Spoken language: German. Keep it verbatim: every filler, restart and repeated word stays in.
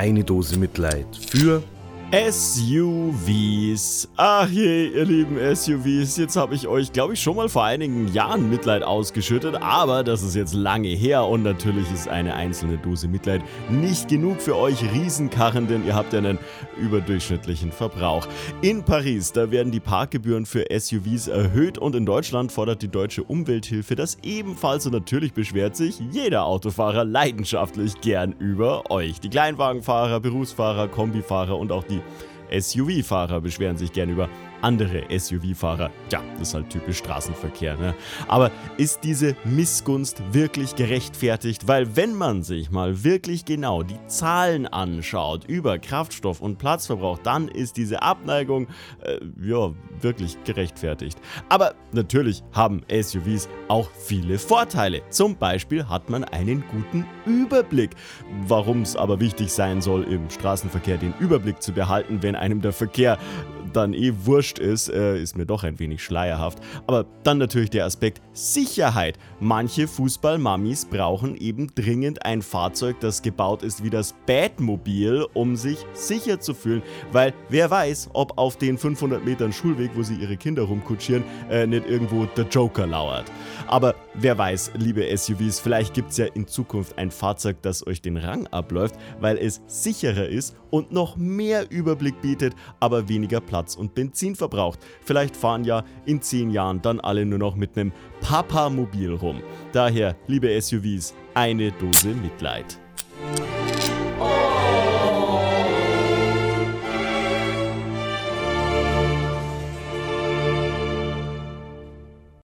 Eine Dose Mitleid für S U Vs. Ach je, ihr lieben S U Vs, jetzt habe ich euch, glaube ich, schon mal vor einigen Jahren Mitleid ausgeschüttet, aber das ist jetzt lange her und natürlich ist eine einzelne Dose Mitleid nicht genug für euch Riesenkarren, denn ihr habt ja einen überdurchschnittlichen Verbrauch. In Paris, da werden die Parkgebühren für S U Vs erhöht und in Deutschland fordert die Deutsche Umwelthilfe das ebenfalls und natürlich beschwert sich jeder Autofahrer leidenschaftlich gern über euch. Die Kleinwagenfahrer, Berufsfahrer, Kombifahrer und auch die S U V-Fahrer beschweren sich gern über andere S U V-Fahrer. Tja, das ist halt typisch Straßenverkehr, ne? Aber ist diese Missgunst wirklich gerechtfertigt? Weil wenn man sich mal wirklich genau die Zahlen anschaut über Kraftstoff und Platzverbrauch, dann ist diese Abneigung, äh, ja, wirklich gerechtfertigt. Aber natürlich haben S U Vs auch viele Vorteile. Zum Beispiel hat man einen guten Überblick. Warum es aber wichtig sein soll, im Straßenverkehr den Überblick zu behalten, wenn einem der Verkehr dann eh wurscht ist, äh, ist mir doch ein wenig schleierhaft. Aber dann natürlich der Aspekt Sicherheit. Manche Fußballmammis brauchen eben dringend ein Fahrzeug, das gebaut ist wie das Batmobil, um sich sicher zu fühlen, weil wer weiß, ob auf den fünfhundert Metern Schulweg, wo sie ihre Kinder rumkutschieren, äh, nicht irgendwo der Joker lauert. Aber wer weiß, liebe S U Vs, vielleicht gibt es ja in Zukunft ein Fahrzeug, das euch den Rang abläuft, weil es sicherer ist und noch mehr Überblick bietet, aber weniger Platz und Benzin verbraucht. Vielleicht fahren ja in zehn Jahren dann alle nur noch mit einem Papa-Mobil rum. Daher, liebe S U Vs, eine Dose Mitleid.